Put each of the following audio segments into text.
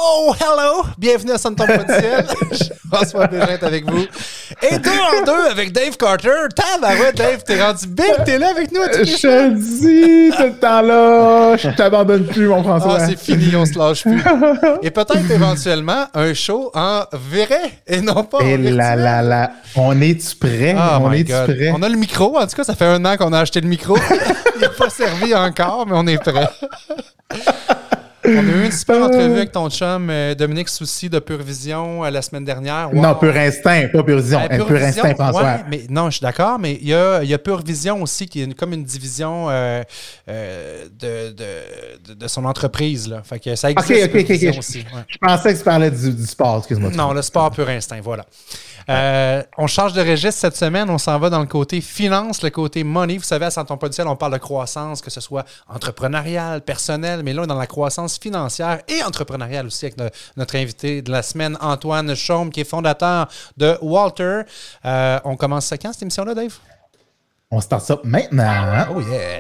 Oh, hello! Bienvenue à Son Tombe pas du ciel. François Bégin est avec vous. Et deux en deux avec Dave Carter. Tabarouette, Dave, t'es rendu big, t'es là avec nous à tous les Je te dis, tout le temps là, je t'abandonne plus, mon François. Ah, c'est fini, on se lâche plus. Et peut-être éventuellement un show en vrai et non pas en Et virtuel. là, on est-tu prêt? Oh on my est-tu God. prêt? On a le micro, en tout cas, ça fait 1 an qu'on a acheté le micro. Il n'est pas servi encore, mais on est prêt. On a eu une super entrevue avec ton chum Dominique Soucy de Pure Vision la semaine dernière. Wow. Non, Pur Instinct, pas Pure Vision. Pure Pur Vision, Instinct, François. ouais, mais non, je suis d'accord, mais il y a Pure Vision aussi qui est comme une division de son entreprise. Là. Fait que ça existe. Pure Vision aussi. Ouais. Je pensais que tu parlais du sport, excuse-moi. Non, le sport Pur Instinct, voilà. On change de registre cette semaine, on s'en va dans le côté finance, le côté money. Vous savez, à Sans Tombe pas du ciel, on parle de croissance, que ce soit entrepreneuriale, personnelle, mais là, on est dans la croissance financière et entrepreneuriale aussi avec notre invité de la semaine, Antoine Chaume, qui est fondateur de Walter. On commence ça quand, cette émission-là, Dave? On start ça maintenant. Oh yeah!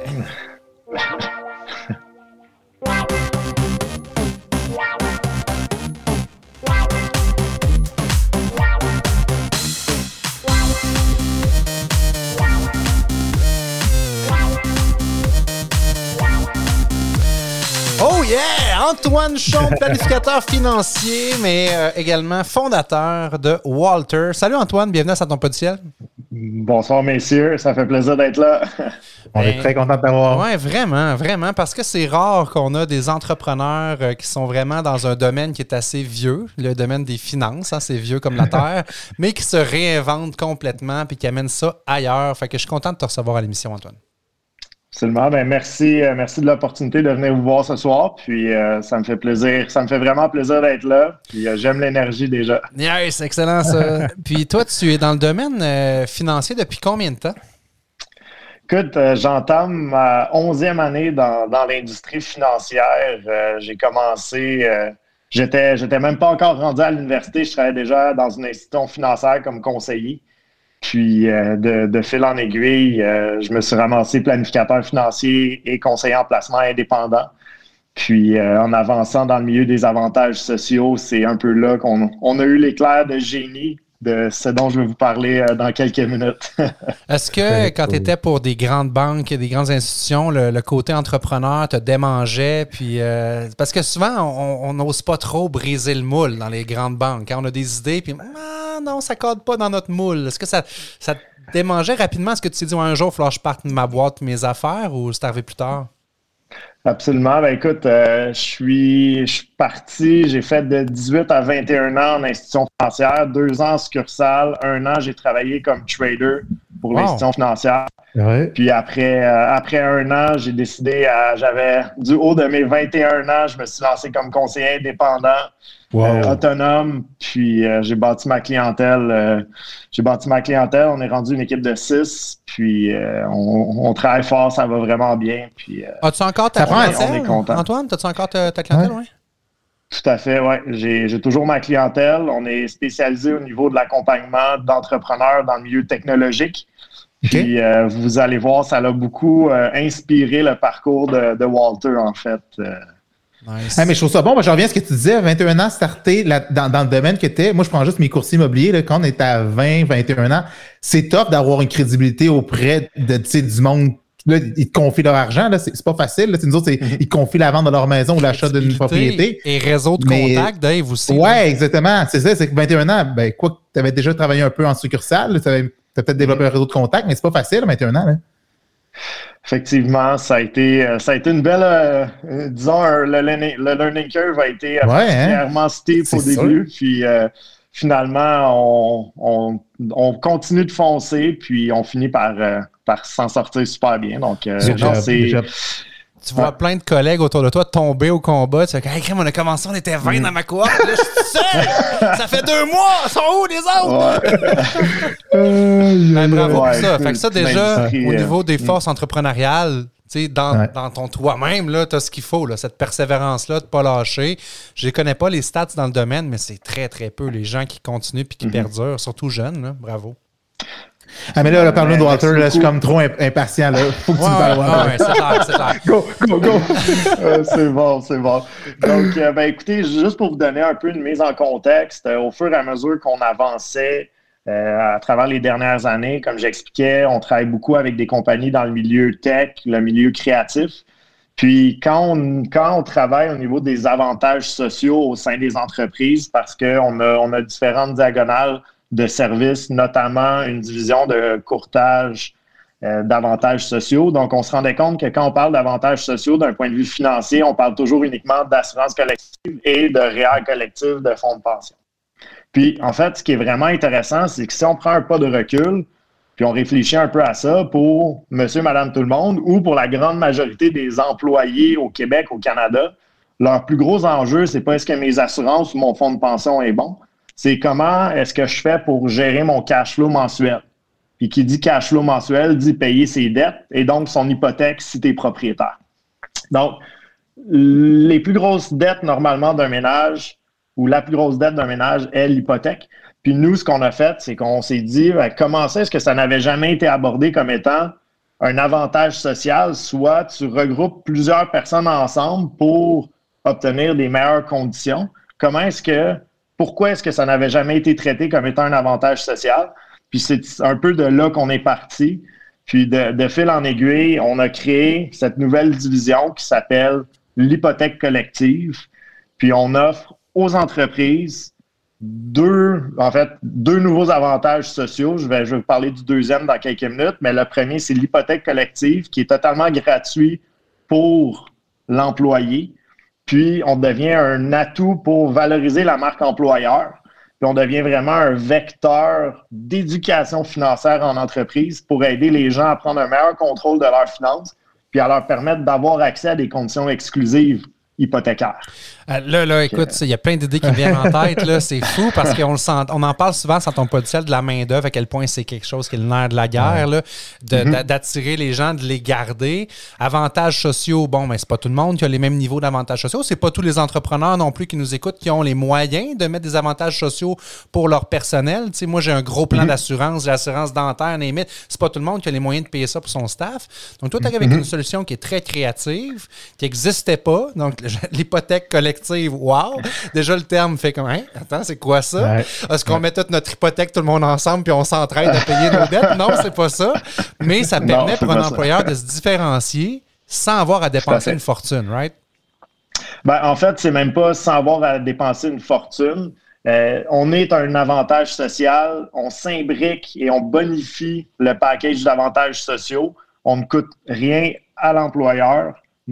Oh yeah! Antoine Chaume, planificateur financier, mais également fondateur de Walter. Salut Antoine, bienvenue à Sans Tombe pas du ciel. Bonsoir messieurs, ça fait plaisir d'être là. On est très content de t'avoir. Oui, vraiment, vraiment, parce que c'est rare qu'on a des entrepreneurs qui sont vraiment dans un domaine qui est assez vieux, le domaine des finances, hein, c'est vieux comme la terre, mais qui se réinventent complètement et qui amènent ça ailleurs. Fait que je suis content de te recevoir à l'émission, Antoine. Absolument. Ben merci de l'opportunité de venir vous voir ce soir. Puis ça me fait plaisir. Ça me fait vraiment plaisir d'être là. Puis j'aime l'énergie déjà. Yes, excellent ça. Puis toi, tu es dans le domaine financier depuis combien de temps? Écoute, j'entame ma 11e année dans l'industrie financière. J'ai commencé, j'étais même pas encore rendu à l'université. Je travaillais déjà dans une institution financière comme conseiller. Puis, de fil en aiguille, je me suis ramassé planificateur financier et conseiller en placement indépendant. Puis, en avançant dans le milieu des avantages sociaux, c'est un peu là qu'on a eu l'éclair de génie de ce dont je vais vous parler dans quelques minutes. Est-ce que quand tu étais pour des grandes banques, des grandes institutions, le côté entrepreneur te démangeait? Puis, parce que souvent, on n'ose pas trop briser le moule dans les grandes banques. Quand on a des idées, puis non, ça ne cadre pas dans notre moule. Est-ce que ça te démangeait rapidement? Est-ce que tu t'es dit un jour, il va falloir que je parte de ma boîte, mes affaires, ou c'est arrivé plus tard? Absolument. Ben écoute, je suis parti, j'ai fait de 18 à 21 ans en institution financière, 2 ans en succursale, 1 an, j'ai travaillé comme trader pour l'institution financière. Ouais. Puis après 1 an, j'ai décidé, j'avais du haut de mes 21 ans, je me suis lancé comme conseiller indépendant, autonome, puis j'ai bâti ma clientèle. On est rendu une équipe de 6, puis on travaille fort, ça va vraiment bien. Puis, as-tu encore ta clientèle, on est content. Antoine? As-tu encore ta clientèle? Ouais. Tout à fait, oui. J'ai toujours ma clientèle. On est spécialisé au niveau de l'accompagnement d'entrepreneurs dans le milieu technologique. Puis vous allez voir, ça l'a beaucoup inspiré le parcours de Walter, en fait. Nice. Mais je trouve ça bon. Moi, je reviens à ce que tu disais, 21 ans, starter dans le domaine que tu es. Moi, je prends juste mes courtiers immobiliers. Là, quand on est à 20, 21 ans, c'est top d'avoir une crédibilité auprès du monde. Là, ils te confient leur argent. Là, c'est pas facile. Là, nous autres, ils te confient la vente de leur maison ou l'achat d'une propriété. Et réseau de contact, Dave, aussi. Oui, exactement. C'est ça. C'est que 21 ans, ben, quoi que tu avais déjà travaillé un peu en succursale, tu as peut-être développé un réseau de contact, mais c'est pas facile, 21 ans. Là. Effectivement, ça a été une belle, disons, le learning curve a été particulièrement steep au début. Puis finalement, on continue de foncer, puis on finit par s'en sortir super bien. Donc, tu vois plein de collègues autour de toi tomber au combat. Tu fais hey, on a commencé, on était 20 dans ma cohorte. Là, je suis seul. Ça fait 2 mois. Ils sont où les autres? Bravo pour ça. Fait que ça, déjà, au niveau des forces entrepreneuriales, dans ton toi-même, tu as ce qu'il faut, là, cette persévérance-là, de ne pas lâcher. Je ne connais pas les stats dans le domaine, mais c'est très, très peu les gens qui continuent et qui perdurent, surtout jeunes. Là. Bravo. Ah, mais là, parlons de Walter, là, je suis comme trop impatient. Là. Faut que tu me parles, Walter. C'est clair. Go! C'est bon. Donc, écoutez, juste pour vous donner un peu une mise en contexte, au fur et à mesure qu'on avançait à travers les dernières années, comme j'expliquais, on travaille beaucoup avec des compagnies dans le milieu tech, le milieu créatif. Puis, quand on travaille au niveau des avantages sociaux au sein des entreprises, parce qu'on a différentes diagonales de services, notamment une division de courtage d'avantages sociaux. Donc, on se rendait compte que quand on parle d'avantages sociaux d'un point de vue financier, on parle toujours uniquement d'assurance collective et de REER collectif de fonds de pension. Puis, en fait, ce qui est vraiment intéressant, c'est que si on prend un pas de recul, puis on réfléchit un peu à ça pour monsieur, madame, tout le monde, ou pour la grande majorité des employés au Québec, au Canada, leur plus gros enjeu, c'est pas est-ce que mes assurances ou mon fonds de pension est bon, c'est comment est-ce que je fais pour gérer mon cash flow mensuel. Puis qui dit cash flow mensuel dit payer ses dettes et donc son hypothèque si tu es propriétaire. Donc, les plus grosses dettes normalement d'un ménage ou la plus grosse dette d'un ménage est l'hypothèque. Puis nous, ce qu'on a fait, c'est qu'on s'est dit comment est-ce que ça n'avait jamais été abordé comme étant un avantage social, soit tu regroupes plusieurs personnes ensemble pour obtenir des meilleures conditions. Pourquoi est-ce que ça n'avait jamais été traité comme étant un avantage social? Puis c'est un peu de là qu'on est parti. Puis de fil en aiguille, on a créé cette nouvelle division qui s'appelle l'hypothèque collective. Puis on offre aux entreprises deux nouveaux avantages sociaux. Je vais vous parler du deuxième dans quelques minutes, mais le premier, c'est l'hypothèque collective qui est totalement gratuit pour l'employé. Puis, on devient un atout pour valoriser la marque employeur. Puis, on devient vraiment un vecteur d'éducation financière en entreprise pour aider les gens à prendre un meilleur contrôle de leurs finances puis à leur permettre d'avoir accès à des conditions exclusives hypothécaires. Là, écoute, il y a plein d'idées qui me viennent en tête. Là, c'est fou parce qu'on en parle souvent sans ton potentiel de la main-d'œuvre, à quel point c'est quelque chose qui est le nerf de la guerre, là, d'attirer les gens, de les garder. Avantages sociaux, bon, mais c'est pas tout le monde qui a les mêmes niveaux d'avantages sociaux. C'est pas tous les entrepreneurs non plus qui nous écoutent qui ont les moyens de mettre des avantages sociaux pour leur personnel. Tu sais, moi, j'ai un gros plan d'assurance, l'assurance dentaire, limite. C'est pas tout le monde qui a les moyens de payer ça pour son staff. Donc, toi, tu arrives avec une solution qui est très créative, qui n'existait pas. Donc, l'hypothèque collective. Wow! Déjà, le terme fait comme, attends, c'est quoi ça? Est-ce qu'on met toute notre hypothèque, tout le monde ensemble, puis on s'entraide à payer nos dettes? Non, c'est pas ça. Mais ça permet pour un employeur de se différencier sans avoir à dépenser une fortune, right? En fait, c'est même pas sans avoir à dépenser une fortune. On est un avantage social, on s'imbrique et on bonifie le package d'avantages sociaux. On ne coûte rien à l'employeur,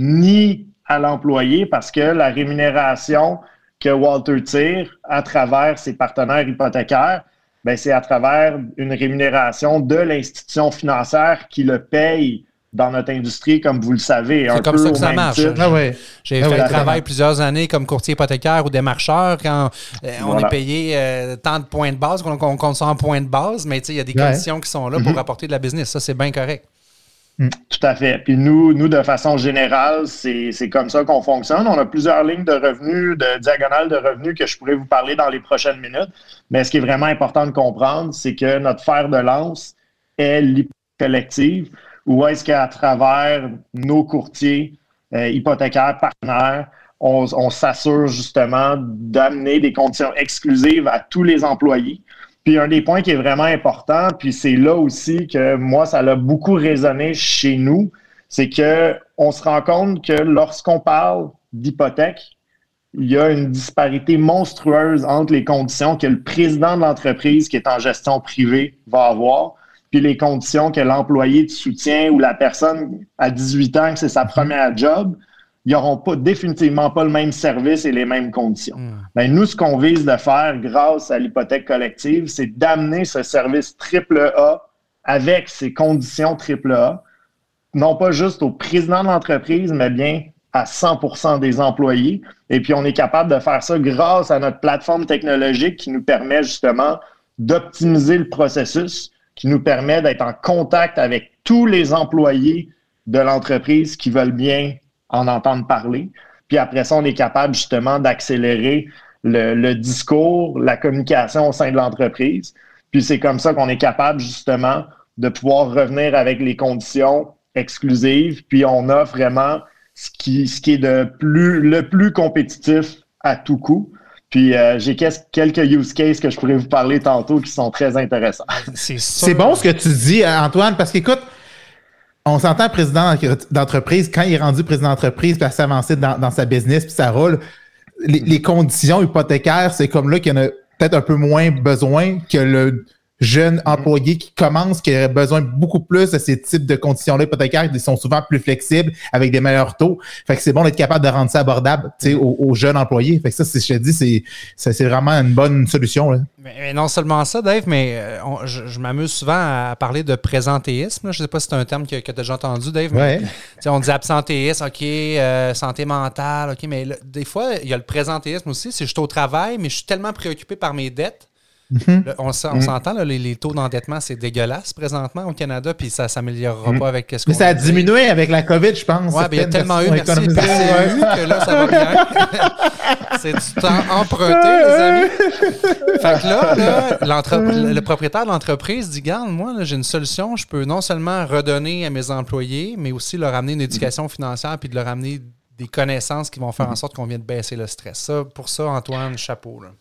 ni à l'employé parce que la rémunération que Walter tire à travers ses partenaires hypothécaires, c'est à travers une rémunération de l'institution financière qui le paye dans notre industrie, comme vous le savez. C'est comme ça que ça marche. J'ai fait le travail plusieurs années comme courtier hypothécaire ou démarcheur quand on est payé tant de points de base, qu'on compte ça en points de base, mais il y a des conditions qui sont là pour apporter de la business. Ça, c'est bien correct. Tout à fait. Puis nous, de façon générale, c'est comme ça qu'on fonctionne. On a plusieurs lignes de revenus, de diagonales de revenus que je pourrais vous parler dans les prochaines minutes. Mais ce qui est vraiment important de comprendre, c'est que notre fer de lance est l'hypothèque collective, où est-ce qu'à travers nos courtiers hypothécaires partenaires, on s'assure justement d'amener des conditions exclusives à tous les employés. Puis un des points qui est vraiment important, puis c'est là aussi que moi, ça a beaucoup résonné chez nous, c'est qu'on se rend compte que lorsqu'on parle d'hypothèque, il y a une disparité monstrueuse entre les conditions que le président de l'entreprise qui est en gestion privée va avoir, puis les conditions que l'employé de soutien ou la personne à 18 ans, que c'est sa première job, ils n'auront définitivement pas le même service et les mêmes conditions. Nous, ce qu'on vise de faire grâce à l'hypothèque collective, c'est d'amener ce service AAA avec ces conditions AAA, non pas juste au président de l'entreprise, mais bien à 100% des employés. Et puis, on est capable de faire ça grâce à notre plateforme technologique qui nous permet justement d'optimiser le processus, qui nous permet d'être en contact avec tous les employés de l'entreprise qui veulent bien en entendre parler. Puis après ça, on est capable justement d'accélérer le discours, la communication au sein de l'entreprise. Puis c'est comme ça qu'on est capable, justement, de pouvoir revenir avec les conditions exclusives. Puis on offre vraiment ce qui est le plus compétitif à tout coup. Puis j'ai quelques use cases que je pourrais vous parler tantôt qui sont très intéressants. C'est bon ce que tu dis, Antoine, parce qu'écoute, on s'entend président d'entreprise, quand il est rendu président d'entreprise, puis à s'avancer dans sa business, puis ça roule, les conditions hypothécaires, c'est comme là qu'il y en a peut-être un peu moins besoin que le jeune employé qui commence, qui aurait besoin beaucoup plus de ces types de conditions-là hypothécaires, qui sont souvent plus flexibles, avec des meilleurs taux. Fait que c'est bon d'être capable de rendre ça abordable, aux jeunes employés. Fait que ça, je te dis, c'est vraiment une bonne solution, là. Mais non seulement ça, Dave, mais je m'amuse souvent à parler de présentéisme. Là. Je ne sais pas si c'est un terme que tu as déjà entendu, Dave. Mais, on dit absentéisme, OK, santé mentale, OK, mais là, des fois, il y a le présentéisme aussi. C'est je suis au travail, mais je suis tellement préoccupé par mes dettes. Là, on s'entend, là, les taux d'endettement, c'est dégueulasse présentement au Canada, puis ça ne s'améliorera pas avec ce qu'on Mais ça a diminué avec la COVID, je pense. Oui, il y a tellement eu, merci PCU, que là, ça va bien. C'est du temps emprunté, les amis. Fait que là le propriétaire de l'entreprise dit, garde, moi, là, j'ai une solution, je peux non seulement redonner à mes employés, mais aussi leur amener une éducation financière, puis de leur amener des connaissances qui vont faire en sorte qu'on vienne de baisser le stress. Pour ça, Antoine, chapeau, là.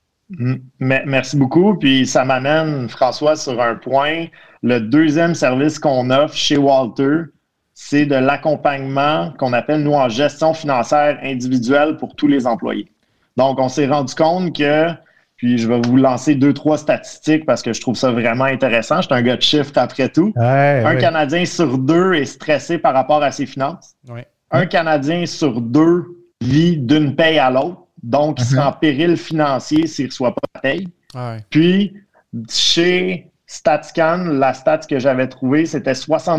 Merci beaucoup. Puis ça m'amène, François, sur un point. Le deuxième service qu'on offre chez Walter, c'est de l'accompagnement qu'on appelle, nous, en gestion financière individuelle pour tous les employés. Donc, on s'est rendu compte que, puis je vais vous lancer 2-3 statistiques parce que je trouve ça vraiment intéressant. Je suis un gars de chiffres après tout. Un Canadien sur 2 est stressé par rapport à ses finances. Un Canadien sur 2 vit d'une paye à l'autre. Donc, il sera en péril financier s'il ne reçoit pas la paye. Puis, chez StatsCan, la stat que j'avais trouvée, c'était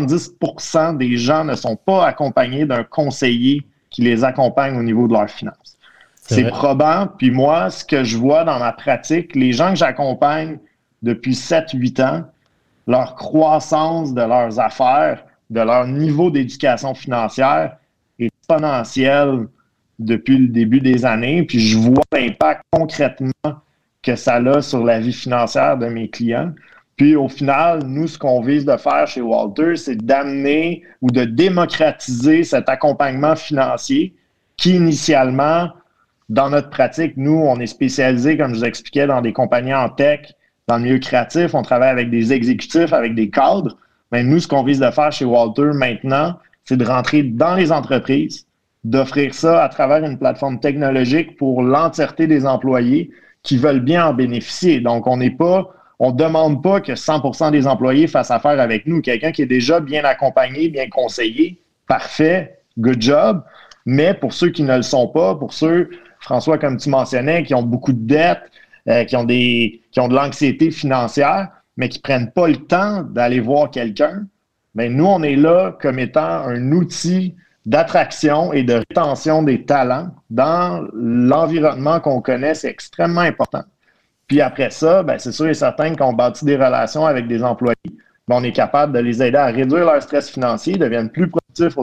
70% des gens ne sont pas accompagnés d'un conseiller qui les accompagne au niveau de leurs finances. C'est probant. Puis moi, ce que je vois dans ma pratique, les gens que j'accompagne depuis 7-8 ans, leur croissance de leurs affaires, de leur niveau d'éducation financière est exponentielle depuis le début des années, puis je vois l'impact concrètement que ça a sur la vie financière de mes clients. Puis au final, nous, ce qu'on vise de faire chez Walter, c'est d'amener ou de démocratiser cet accompagnement financier qui, initialement, dans notre pratique, nous, on est spécialisé, comme je vous expliquais, dans des compagnies en tech, dans le milieu créatif, on travaille avec des exécutifs, avec des cadres. Mais nous, ce qu'on vise de faire chez Walter maintenant, c'est de rentrer dans les entreprises, d'offrir ça à travers une plateforme technologique pour l'entièreté des employés qui veulent bien en bénéficier. Donc, on ne demande pas que 100% des employés fassent affaire avec nous. Quelqu'un qui est déjà bien accompagné, bien conseillé, parfait, good job. Mais pour ceux qui ne le sont pas, pour ceux, François, comme tu mentionnais, qui ont beaucoup de dettes, qui ont de l'anxiété financière, mais qui ne prennent pas le temps d'aller voir quelqu'un, bien, nous, on est là comme étant un outil d'attraction et de rétention des talents dans l'environnement qu'on connaît, c'est extrêmement important. Puis après ça, ben c'est sûr et certain qu'on bâtit des relations avec des employés. Ben on est capable de les aider à réduire leur stress financier, deviennent plus productifs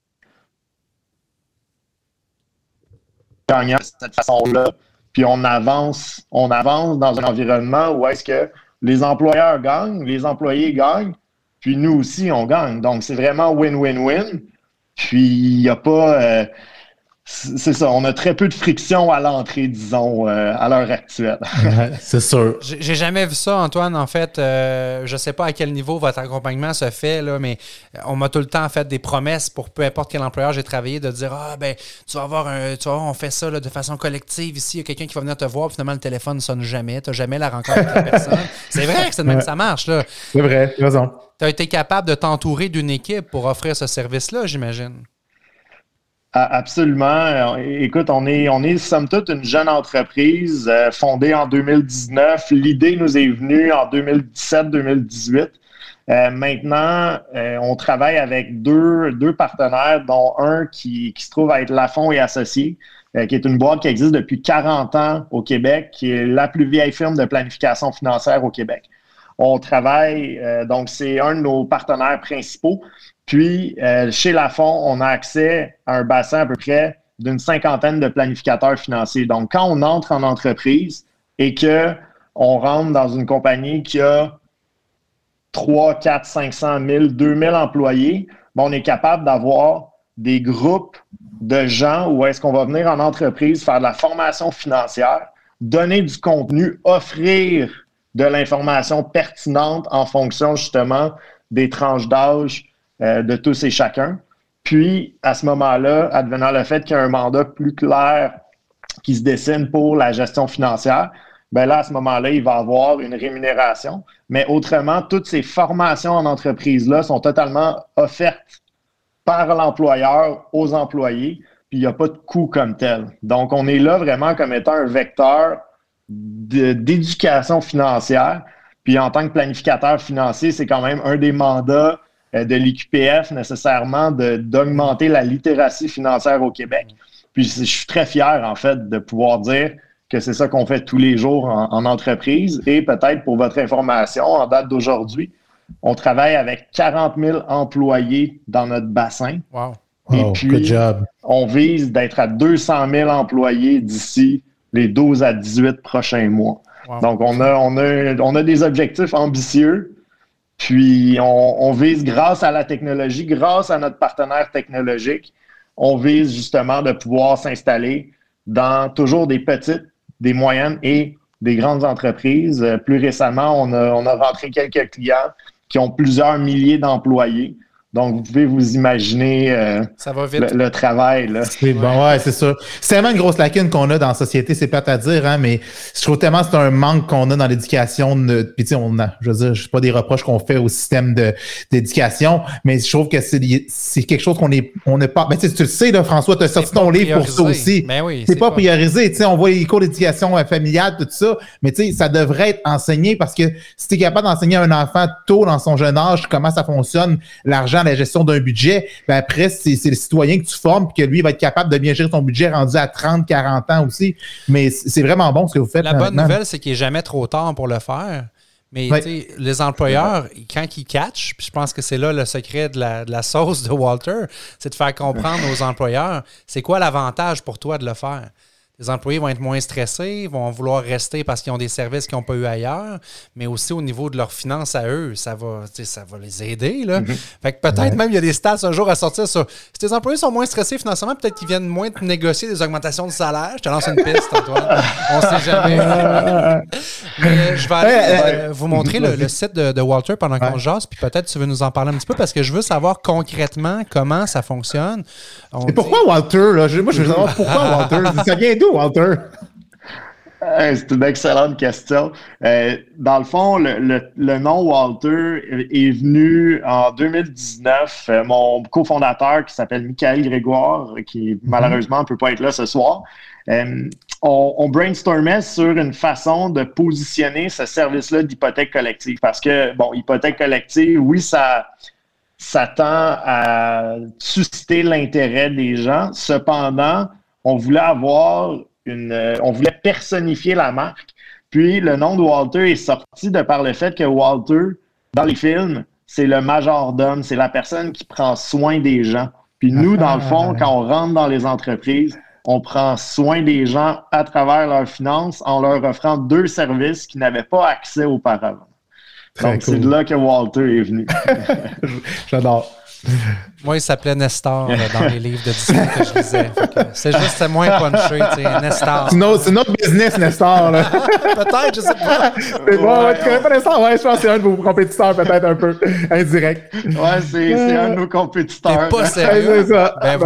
gagnant de cette façon-là. Puis on avance dans un environnement où est-ce que les employeurs gagnent, les employés gagnent, puis nous aussi, on gagne. Donc, c'est vraiment win-win-win. Puis, il n'y a pas... c'est ça, on a très peu de friction à l'entrée, disons, à l'heure actuelle. C'est sûr. J'ai jamais vu ça, Antoine. En fait, je ne sais pas à quel niveau votre accompagnement se fait, là, mais on m'a tout le temps fait des promesses pour peu importe quel employeur j'ai travaillé, de dire « Ah, ben, tu vas voir, on fait ça là, de façon collective ici. Il y a quelqu'un qui va venir te voir, puis finalement, le téléphone ne sonne jamais. Tu n'as jamais la rencontre avec la personne. » C'est vrai que c'est de même que ça marche, là. C'est vrai, tu as raison. Tu as été capable de t'entourer d'une équipe pour offrir ce service-là, j'imagine. Absolument. Écoute, on est somme toute une jeune entreprise fondée en 2019. L'idée nous est venue en 2017-2018. Maintenant, on travaille avec deux partenaires, dont un qui se trouve à être Lafond et Associés, qui est une boîte qui existe depuis 40 ans au Québec, qui est la plus vieille firme de planification financière au Québec. On travaille, donc c'est un de nos partenaires principaux. Puis, chez Lafond, on a accès à un bassin à peu près d'une 50aine de planificateurs financiers. Donc, quand on entre en entreprise et que on rentre dans une compagnie qui a 3, 4, 500 000, 2000 employés, ben, on est capable d'avoir des groupes de gens où est-ce qu'on va venir en entreprise faire de la formation financière, donner du contenu, offrir de l'information pertinente en fonction justement des tranches d'âge de tous et chacun. Puis, à ce moment-là, advenant le fait qu'il y a un mandat plus clair qui se dessine pour la gestion financière, ben là, à ce moment-là, il va avoir une rémunération. Mais autrement, toutes ces formations en entreprise-là sont totalement offertes par l'employeur aux employés, puis il n'y a pas de coût comme tel. Donc, on est là vraiment comme étant un vecteur d'éducation financière. Puis en tant que planificateur financier, c'est quand même un des mandats de l'IQPF nécessairement d'augmenter la littératie financière au Québec. Puis je suis très fier, en fait, de pouvoir dire que c'est ça qu'on fait tous les jours en entreprise. Et peut-être pour votre information, en date d'aujourd'hui, on travaille avec 40 000 employés dans notre bassin. Wow. Et puis, on vise d'être à 200 000 employés d'ici les 12 à 18 prochains mois. Wow. Donc, on a des objectifs ambitieux. Puis, on vise, grâce à la technologie, grâce à notre partenaire technologique, on vise justement de pouvoir s'installer dans toujours des petites, des moyennes et des grandes entreprises. Plus récemment, on a rentré quelques clients qui ont plusieurs milliers d'employés. Donc, vous pouvez vous imaginer ça va vite. Le travail. Là. C'est bon, ouais, c'est ça. C'est tellement une grosse lacune qu'on a dans la société, c'est plate à dire, hein, mais je trouve tellement que c'est un manque qu'on a dans l'éducation. Puis, tu sais, je veux dire, je sais pas des reproches qu'on fait au système d'éducation, mais je trouve que c'est quelque chose on n'a pas. Ben, tu le sais, là, François, tu as sorti ton livre pour ça aussi. Ben oui, c'est pas priorisé. Tu sais, on voit les cours d'éducation familiale, tout ça, mais tu sais, ça devrait être enseigné parce que si tu es capable d'enseigner à un enfant tôt dans son jeune âge comment ça fonctionne, l'argent, la gestion d'un budget, ben après, c'est le citoyen que tu formes puis que lui va être capable de bien gérer son budget rendu à 30, 40 ans aussi. Mais c'est vraiment bon ce que vous faites. La bonne nouvelle, c'est qu'il n'est jamais trop tard pour le faire. Mais les employeurs, quand ils catchent, puis je pense que c'est là le secret de la sauce de Walter, c'est de faire comprendre aux employeurs, c'est quoi l'avantage pour toi de le faire. Les employés vont être moins stressés, vont vouloir rester parce qu'ils ont des services qu'ils n'ont pas eu ailleurs, mais aussi au niveau de leurs finances à eux, ça va les aider. Là. Fait que peut-être même il y a des stats un jour à sortir sur si tes employés sont moins stressés financièrement, peut-être qu'ils viennent moins te négocier des augmentations de salaire. Je te lance une piste, Antoine. On ne sait jamais. Mais je vais aller vous montrer le site de Walter pendant qu'on jase, puis peut-être tu veux nous en parler un petit peu parce que je veux savoir concrètement comment ça fonctionne. Et pourquoi Walter? Là? Moi, je veux savoir pourquoi Walter. Ça vient d'où? Walter? C'est une excellente question. Dans le fond, le nom Walter est venu en 2019. Mon cofondateur, qui s'appelle Michael Grégoire, qui malheureusement ne peut pas être là ce soir, on brainstormait sur une façon de positionner ce service-là d'hypothèque collective. Parce que, bon, hypothèque collective, oui, ça tend à susciter l'intérêt des gens. Cependant, on voulait on voulait personnifier la marque. Puis le nom de Walter est sorti de par le fait que Walter, dans les films, c'est le majordome, c'est la personne qui prend soin des gens. Puis nous, dans le fond, quand on rentre dans les entreprises, on prend soin des gens à travers leurs finances en leur offrant 2 services qu'ils n'avaient pas accès auparavant. Donc, c'est de là que Walter est venu. J'adore. Moi, il s'appelait Nestor dans les livres de Disney que je lisais. C'est juste, c'est moins punché, tu sais, Nestor. C'est notre business, Nestor. Là. Peut-être, je sais pas. C'est bon, tu connais pas Nestor? Ouais, je pense que c'est un de vos compétiteurs, peut-être un peu indirect. Ouais, c'est un de nos compétiteurs. T'es pas sérieux? C'est ça. Ben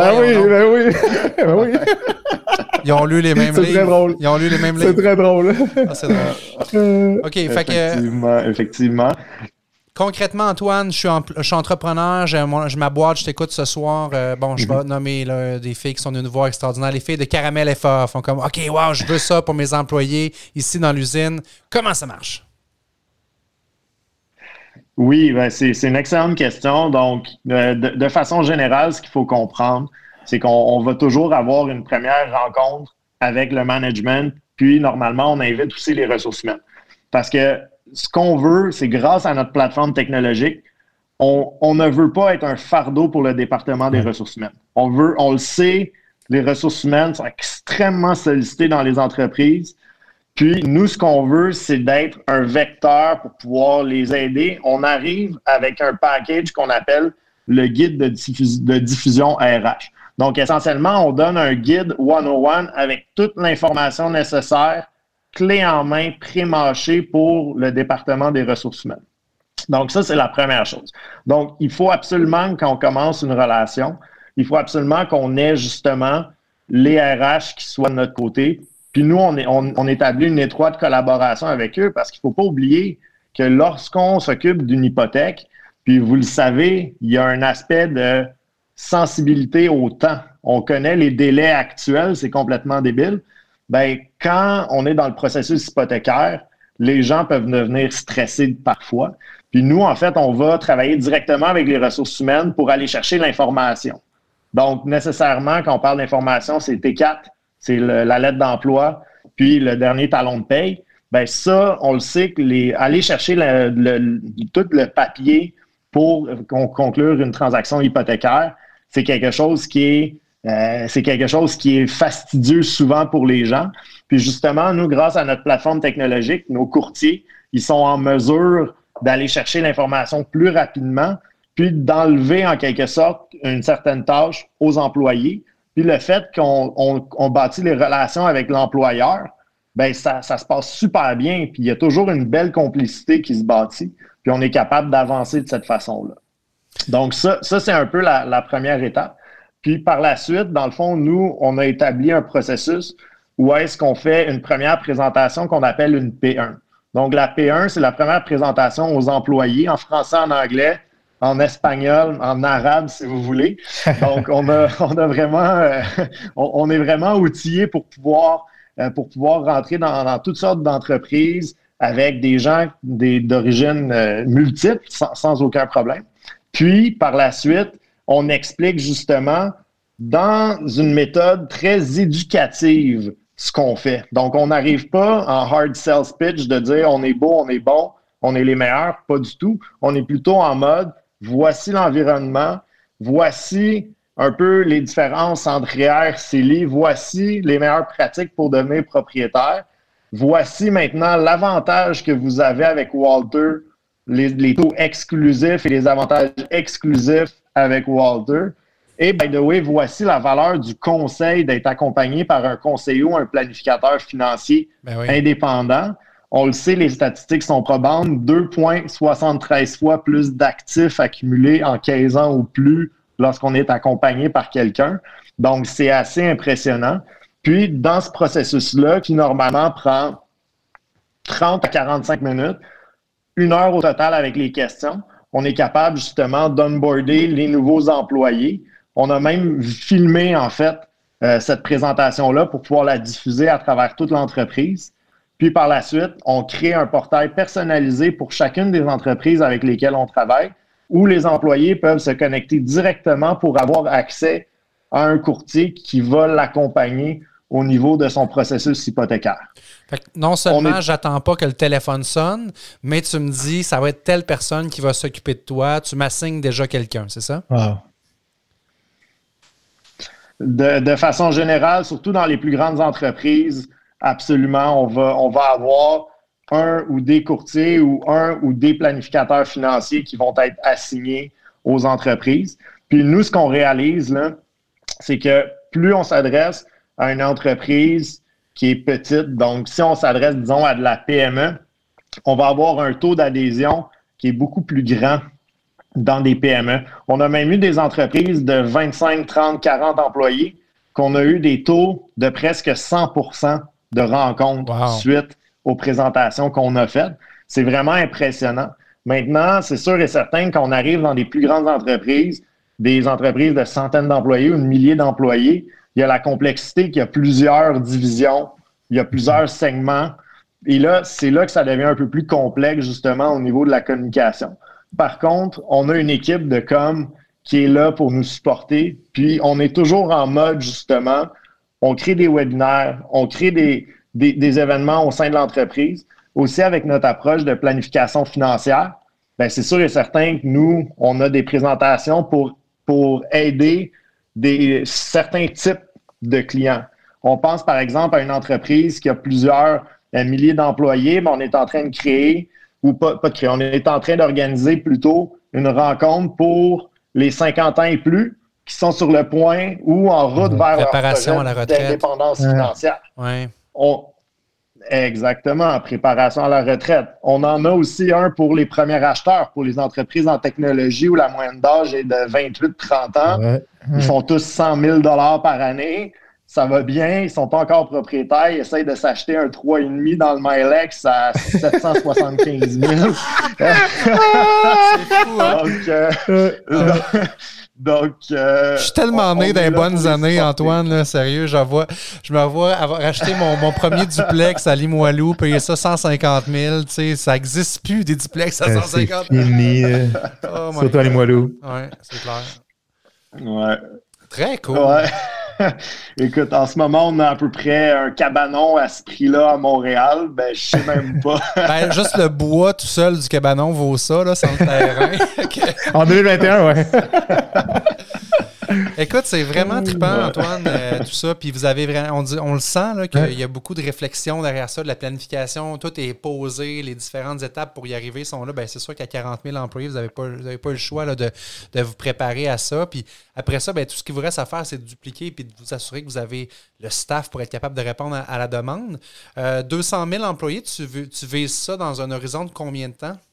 oui. Ils ont lu les mêmes livres. C'est très drôle. Ils ont lu les mêmes livres. C'est très drôle. Ah, c'est drôle. OK, fait que... Effectivement. Concrètement, Antoine, je suis entrepreneur, j'ai ma boîte, je t'écoute ce soir. Je vais nommer là, des filles qui sont d'une voix extraordinaire. Les filles de Caramel FA font comme « OK, wow, je veux ça pour mes employés ici dans l'usine. » Comment ça marche? Oui, c'est une excellente question. Donc, de façon générale, ce qu'il faut comprendre, c'est qu'on va toujours avoir une première rencontre avec le management, puis normalement, on invite aussi les ressources humaines. Parce que ce qu'on veut, c'est grâce à notre plateforme technologique, on ne veut pas être un fardeau pour le département des ressources humaines. On le sait, les ressources humaines sont extrêmement sollicitées dans les entreprises. Puis, nous, ce qu'on veut, c'est d'être un vecteur pour pouvoir les aider. On arrive avec un package qu'on appelle le guide de diffusion RH. Donc, essentiellement, on donne un guide 101 avec toute l'information nécessaire, clé en main, pré-mâchée pour le département des ressources humaines. Donc, ça, c'est la première chose. Donc, il faut absolument, quand on commence une relation, il faut absolument qu'on ait justement les RH qui soient de notre côté. Puis nous, on établit une étroite collaboration avec eux parce qu'il ne faut pas oublier que lorsqu'on s'occupe d'une hypothèque, puis vous le savez, il y a un aspect de sensibilité au temps. On connaît les délais actuels, c'est complètement débile. Bien, quand on est dans le processus hypothécaire, les gens peuvent devenir stressés parfois. Puis nous, en fait, on va travailler directement avec les ressources humaines pour aller chercher l'information. Donc, nécessairement, quand on parle d'information, c'est T4, c'est la lettre d'emploi, puis le dernier talon de paye. Bien, ça, on le sait que aller chercher tout le papier pour conclure une transaction hypothécaire, c'est quelque chose qui est fastidieux souvent pour les gens. Puis justement, nous, grâce à notre plateforme technologique, nos courtiers, ils sont en mesure d'aller chercher l'information plus rapidement, puis d'enlever en quelque sorte une certaine tâche aux employés. Puis le fait qu'on bâtit les relations avec l'employeur, ben ça se passe super bien. Puis il y a toujours une belle complicité qui se bâtit. Puis on est capable d'avancer de cette façon-là. Donc ça c'est un peu la première étape. Puis par la suite, dans le fond, nous, on a établi un processus où est-ce qu'on fait une première présentation qu'on appelle une P1. Donc la P1, c'est la première présentation aux employés en français, en anglais, en espagnol, en arabe, si vous voulez. Donc, on a vraiment, on est vraiment outillé pour pouvoir rentrer dans toutes sortes d'entreprises avec des gens d'origine multiple, sans aucun problème. Puis, par la suite, on explique justement dans une méthode très éducative ce qu'on fait. Donc, on n'arrive pas en hard sales pitch de dire on est beau, on est bon, on est les meilleurs, pas du tout. On est plutôt en mode voici l'environnement, voici un peu les différences entre REER, CELI, voici les meilleures pratiques pour devenir propriétaire, voici maintenant l'avantage que vous avez avec Walter, les taux exclusifs et les avantages exclusifs avec Walter. Et by the way, voici la valeur du conseil d'être accompagné par un conseiller ou un planificateur financier indépendant. On le sait, les statistiques sont probantes. 2,73 fois plus d'actifs accumulés en 15 ans ou plus lorsqu'on est accompagné par quelqu'un. Donc, c'est assez impressionnant. Puis, dans ce processus-là, qui normalement prend 30 à 45 minutes, 1 heure au total avec les questions, on est capable justement d'onboarder les nouveaux employés. On a même filmé, en fait, cette présentation-là pour pouvoir la diffuser à travers toute l'entreprise. Puis par la suite, on crée un portail personnalisé pour chacune des entreprises avec lesquelles on travaille, où les employés peuvent se connecter directement pour avoir accès à un courtier qui va l'accompagner au niveau de son processus hypothécaire. Fait que non seulement j'attends pas que le téléphone sonne, mais tu me dis ça va être telle personne qui va s'occuper de toi, tu m'assignes déjà quelqu'un, c'est ça? Wow. De façon générale, surtout dans les plus grandes entreprises, absolument, on va avoir un ou des courtiers ou un ou des planificateurs financiers qui vont être assignés aux entreprises. Puis nous, ce qu'on réalise, là, c'est que plus on s'adresse à une entreprise qui est petite, donc si on s'adresse, disons, à de la PME, on va avoir un taux d'adhésion qui est beaucoup plus grand dans des PME. On a même eu des entreprises de 25, 30, 40 employés qu'on a eu des taux de presque 100% de rencontres suite aux présentations qu'on a faites. C'est vraiment impressionnant. Maintenant, c'est sûr et certain qu'on arrive dans des plus grandes entreprises, des entreprises de centaines d'employés ou de milliers d'employés, il y a la complexité qu'il y a plusieurs divisions, il y a plusieurs segments. Et là, c'est là que ça devient un peu plus complexe, justement, au niveau de la communication. Par contre, on a une équipe de com qui est là pour nous supporter. Puis, on est toujours en mode, justement, on crée des webinaires, on crée des événements au sein de l'entreprise. Aussi, avec notre approche de planification financière, bien, c'est sûr et certain que nous, on a des présentations pour aider certains types de clients. On pense, par exemple, à une entreprise qui a plusieurs milliers d'employés, mais on est en train de créer, ou pas de créer, on est en train d'organiser plutôt une rencontre pour les 50 ans et plus qui sont sur le point ou en route vers leur préparation à la retraite, d'indépendance financière. Ouais. Exactement, en préparation à la retraite. On en a aussi un pour les premiers acheteurs, pour les entreprises en technologie où la moyenne d'âge est de 28-30 ans. Ils font tous 100 000 $ par année. Ça va bien, ils sont pas encore propriétaires, ils essayent de s'acheter un 3,5 dans le Milex à 775 000. C'est fou, hein? Donc, je suis tellement né dans les bonnes années, Antoine, là, sérieux, je me vois avoir racheté mon premier duplex à Limoilou, payer ça 150 000, tu sais, ça n'existe plus des duplex à 150 000. C'est fini, surtout à Limoilou. Ouais, c'est clair. Ouais. Très cool. Ouais. Écoute, en ce moment, on a à peu près un cabanon à ce prix-là à Montréal. Ben, je sais même pas. Ben, juste le bois tout seul du cabanon vaut ça, là, sans le terrain. En 2021, ouais. Écoute, c'est vraiment trippant, Antoine, tout ça. Puis vous avez vraiment, on le sent, là, qu'il y a beaucoup de réflexion derrière ça, de la planification. Tout est posé, les différentes étapes pour y arriver sont là. Ben, c'est sûr qu'à 40 000 employés, vous n'avez pas le choix là, de vous préparer à ça. Puis après ça, ben, tout ce qu'il vous reste à faire, c'est de dupliquer et de vous assurer que vous avez le staff pour être capable de répondre à la demande. 200 000 employés, tu vises ça dans un horizon de combien de temps?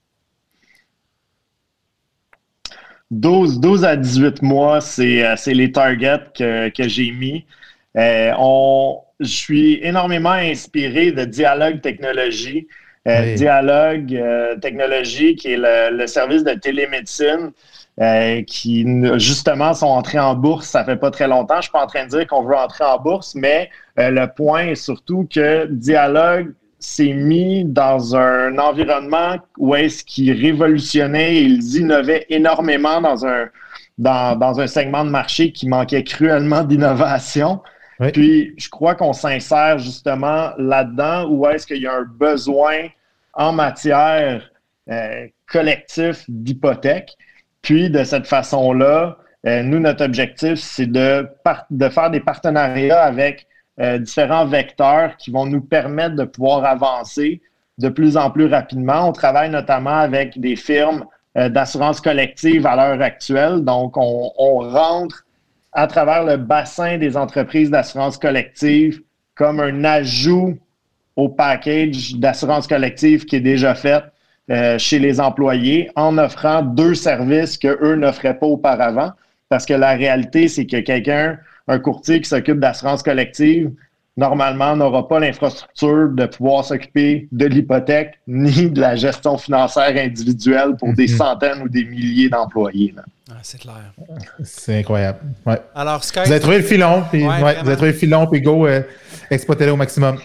12 à 18 mois, c'est les targets que j'ai mis. Je suis énormément inspiré de Dialogue Technologie. Oui. Dialogue Technologie, qui est le service de télémédecine, qui justement sont entrés en bourse, ça fait pas très longtemps. Je suis pas en train de dire qu'on veut entrer en bourse, mais le point est surtout que Dialogue s'est mis dans un environnement où est-ce qu'ils révolutionnaient et ils innovaient énormément dans un segment de marché qui manquait cruellement d'innovation. Oui. Puis, je crois qu'on s'insère justement là-dedans où est-ce qu'il y a un besoin en matière collectif d'hypothèque. Puis, de cette façon-là, nous, notre objectif, c'est de faire des partenariats avec différents vecteurs qui vont nous permettre de pouvoir avancer de plus en plus rapidement. On travaille notamment avec des firmes d'assurance collective à l'heure actuelle. Donc, on rentre à travers le bassin des entreprises d'assurance collective comme un ajout au package d'assurance collective qui est déjà fait chez les employés en offrant 2 services qu'eux n'offraient pas auparavant. Parce que la réalité, c'est que un courtier qui s'occupe d'assurance collective, normalement, n'aura pas l'infrastructure de pouvoir s'occuper de l'hypothèque ni de la gestion financière individuelle pour des centaines ou des milliers d'employés. Ah, c'est clair. C'est incroyable. Ouais. Alors, Sky, Vous avez trouvé le filon, puis vous avez trouvé le filon, puis go, exploitez-le au maximum.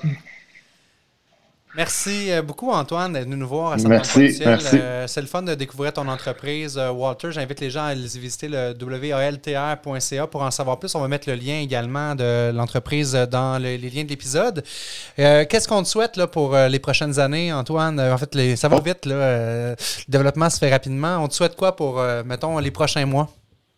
merci beaucoup, Antoine, d'être venu nous voir à Merci. c'est le fun de découvrir ton entreprise, Walter. J'invite les gens à visiter le waltr.ca pour en savoir plus. On va mettre le lien également de l'entreprise dans les liens de l'épisode. Qu'est-ce qu'on te souhaite là, pour les prochaines années, Antoine? En fait, ça va vite. Là, le développement se fait rapidement. On te souhaite quoi pour, mettons, les prochains mois?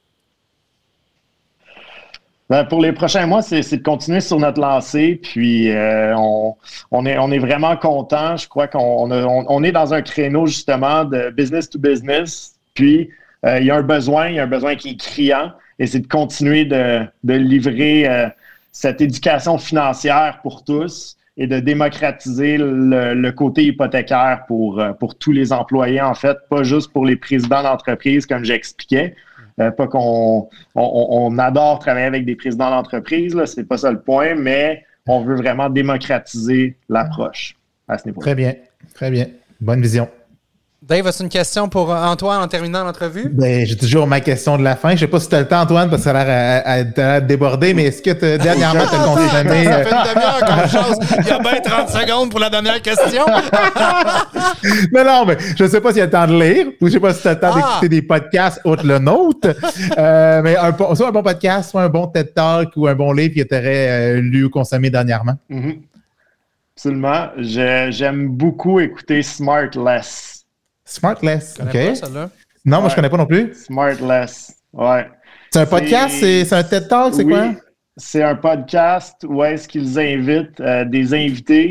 Ben, pour les prochains mois, c'est de continuer sur notre lancée. Puis, on est vraiment content. Je crois qu'on est dans un créneau, justement, de business to business. Puis, il y a un besoin qui est criant. Et c'est de continuer de livrer cette éducation financière pour tous et de démocratiser le côté hypothécaire pour tous les employés, en fait, pas juste pour les présidents d'entreprise, comme j'expliquais. Pas qu'on adore travailler avec des présidents d'entreprise, là, c'est pas ça le point, mais on veut vraiment démocratiser l'approche à ce niveau-là. Très bien, très bien. Bonne vision. Dave, as-tu une question pour Antoine en terminant l'entrevue? Ben, j'ai toujours ma question de la fin. Je ne sais pas si tu as le temps, Antoine, parce que ça a l'air à déborder, mais est-ce que dernièrement, tu as consommé... Ça fait une demi-heure comme chose. Il y a bien 30 secondes pour la dernière question. Non, mais je ne sais pas s'il y a le temps de lire ou je ne sais pas si tu as le temps d'écouter des podcasts autres le nôtre. Mais soit un bon podcast, soit un bon TED Talk ou un bon livre que tu aurais lu ou consommé dernièrement. Mm-hmm. Absolument. J'aime beaucoup écouter Smartless. Smartless, Je connais pas celle-là. Non, moi, je connais pas non plus. Smartless, ouais. C'est un podcast? C'est un TED Talk? C'est quoi? C'est un podcast où est-ce qu'ils invitent des invités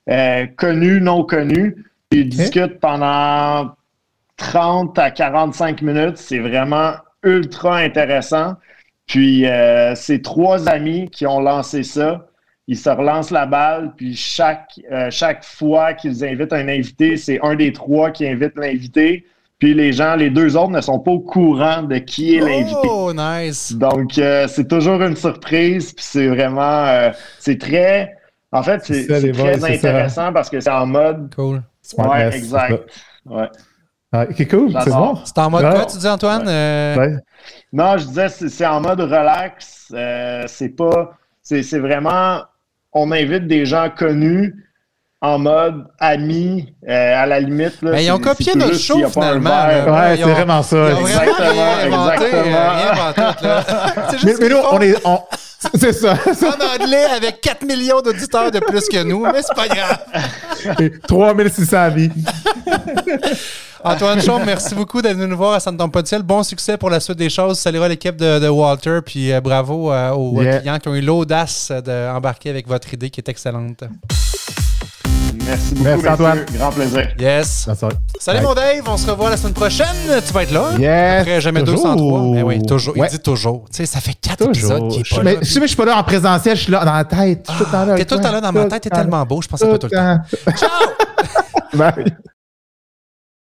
connus, non connus. Ils discutent pendant 30 à 45 minutes. C'est vraiment ultra intéressant. Puis, c'est 3 amis qui ont lancé ça. Ils se relancent la balle, puis chaque fois qu'ils invitent un invité, c'est un des 3 qui invite l'invité. Puis les 2 autres ne sont pas au courant de qui est l'invité. Oh, nice! Donc, c'est toujours une surprise, puis c'est vraiment... c'est très... En fait, c'est très intéressant parce que c'est en mode... Cool. Ouais, exact. Ouais. Ok, cool, c'est bon. C'est en mode quoi, tu dis, Antoine? Ouais. Non, je disais, c'est en mode relax. C'est pas... C'est vraiment... On invite des gens connus en mode amis, à la limite. Là, mais ils ont copié notre show, finalement. Ouais, c'est vraiment ça. Ils ont vraiment rien inventé, là. C'est juste mais nous, c'est ça. En anglais, avec 4 millions d'auditeurs de plus que nous, mais c'est pas grave. 3600 vies. Antoine Chaume, merci beaucoup d'être venu nous voir à Ça ne tombe pas du ciel. Bon succès pour la suite des choses. Salut à l'équipe de Walter, puis bravo aux clients qui ont eu l'audace d'embarquer avec votre idée qui est excellente. Merci beaucoup, Antoine. Grand plaisir. Yes. Salut mon Dave, on se revoit la semaine prochaine. Tu vas être là. Yes. Après jamais toujours. 203. Mais oui, toujours. Ouais. Il dit toujours. Tu sais, ça fait 4 épisodes qu'il est pas mais, là. Je sais, mais je suis pas là en présentiel, je suis là dans la tête. T'es tout le temps là dans ma tête. T'es tellement beau, je pense que c'est pas tout le temps. Ciao! Bye.